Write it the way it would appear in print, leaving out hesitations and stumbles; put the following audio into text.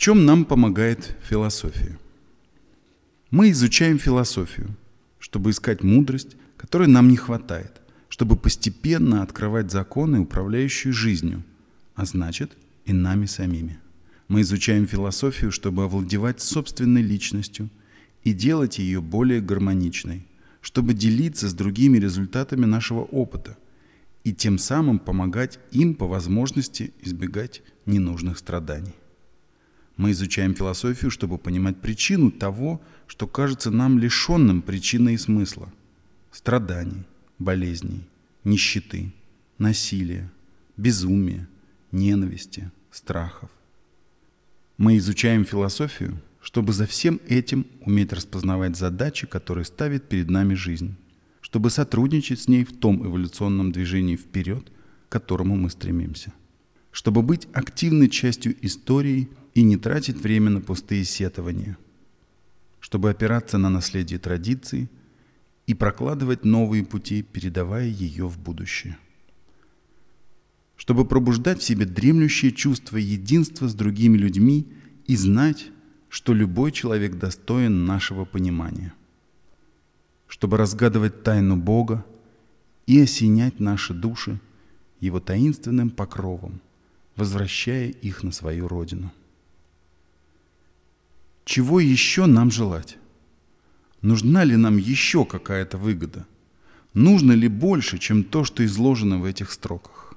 чем нам помогает философия? Мы изучаем философию, чтобы искать мудрость, которой нам не хватает, чтобы постепенно открывать законы, управляющие жизнью, а значит и нами самими. Мы изучаем философию, чтобы овладевать собственной личностью и делать ее более гармоничной, чтобы делиться с другими результатами нашего опыта и тем самым помогать им по возможности избегать ненужных страданий. Мы изучаем философию, чтобы понимать причину того, что кажется нам лишенным причины и смысла – страданий, болезней, нищеты, насилия, безумия, ненависти, страхов. Мы изучаем философию, чтобы за всем этим уметь распознавать задачи, которые ставит перед нами жизнь, чтобы сотрудничать с ней в том эволюционном движении вперед, к которому мы стремимся, чтобы быть активной частью истории и не тратить время на пустые сетования, чтобы опираться на наследие традиций и прокладывать новые пути, передавая ее в будущее, чтобы пробуждать в себе дремлющее чувство единства с другими людьми и знать, что любой человек достоин нашего понимания, чтобы разгадывать тайну Бога и осенять наши души Его таинственным покровом, возвращая их на свою родину. Чего еще нам желать? Нужна ли нам еще какая-то выгода? Нужно ли больше, чем то, что изложено в этих строках?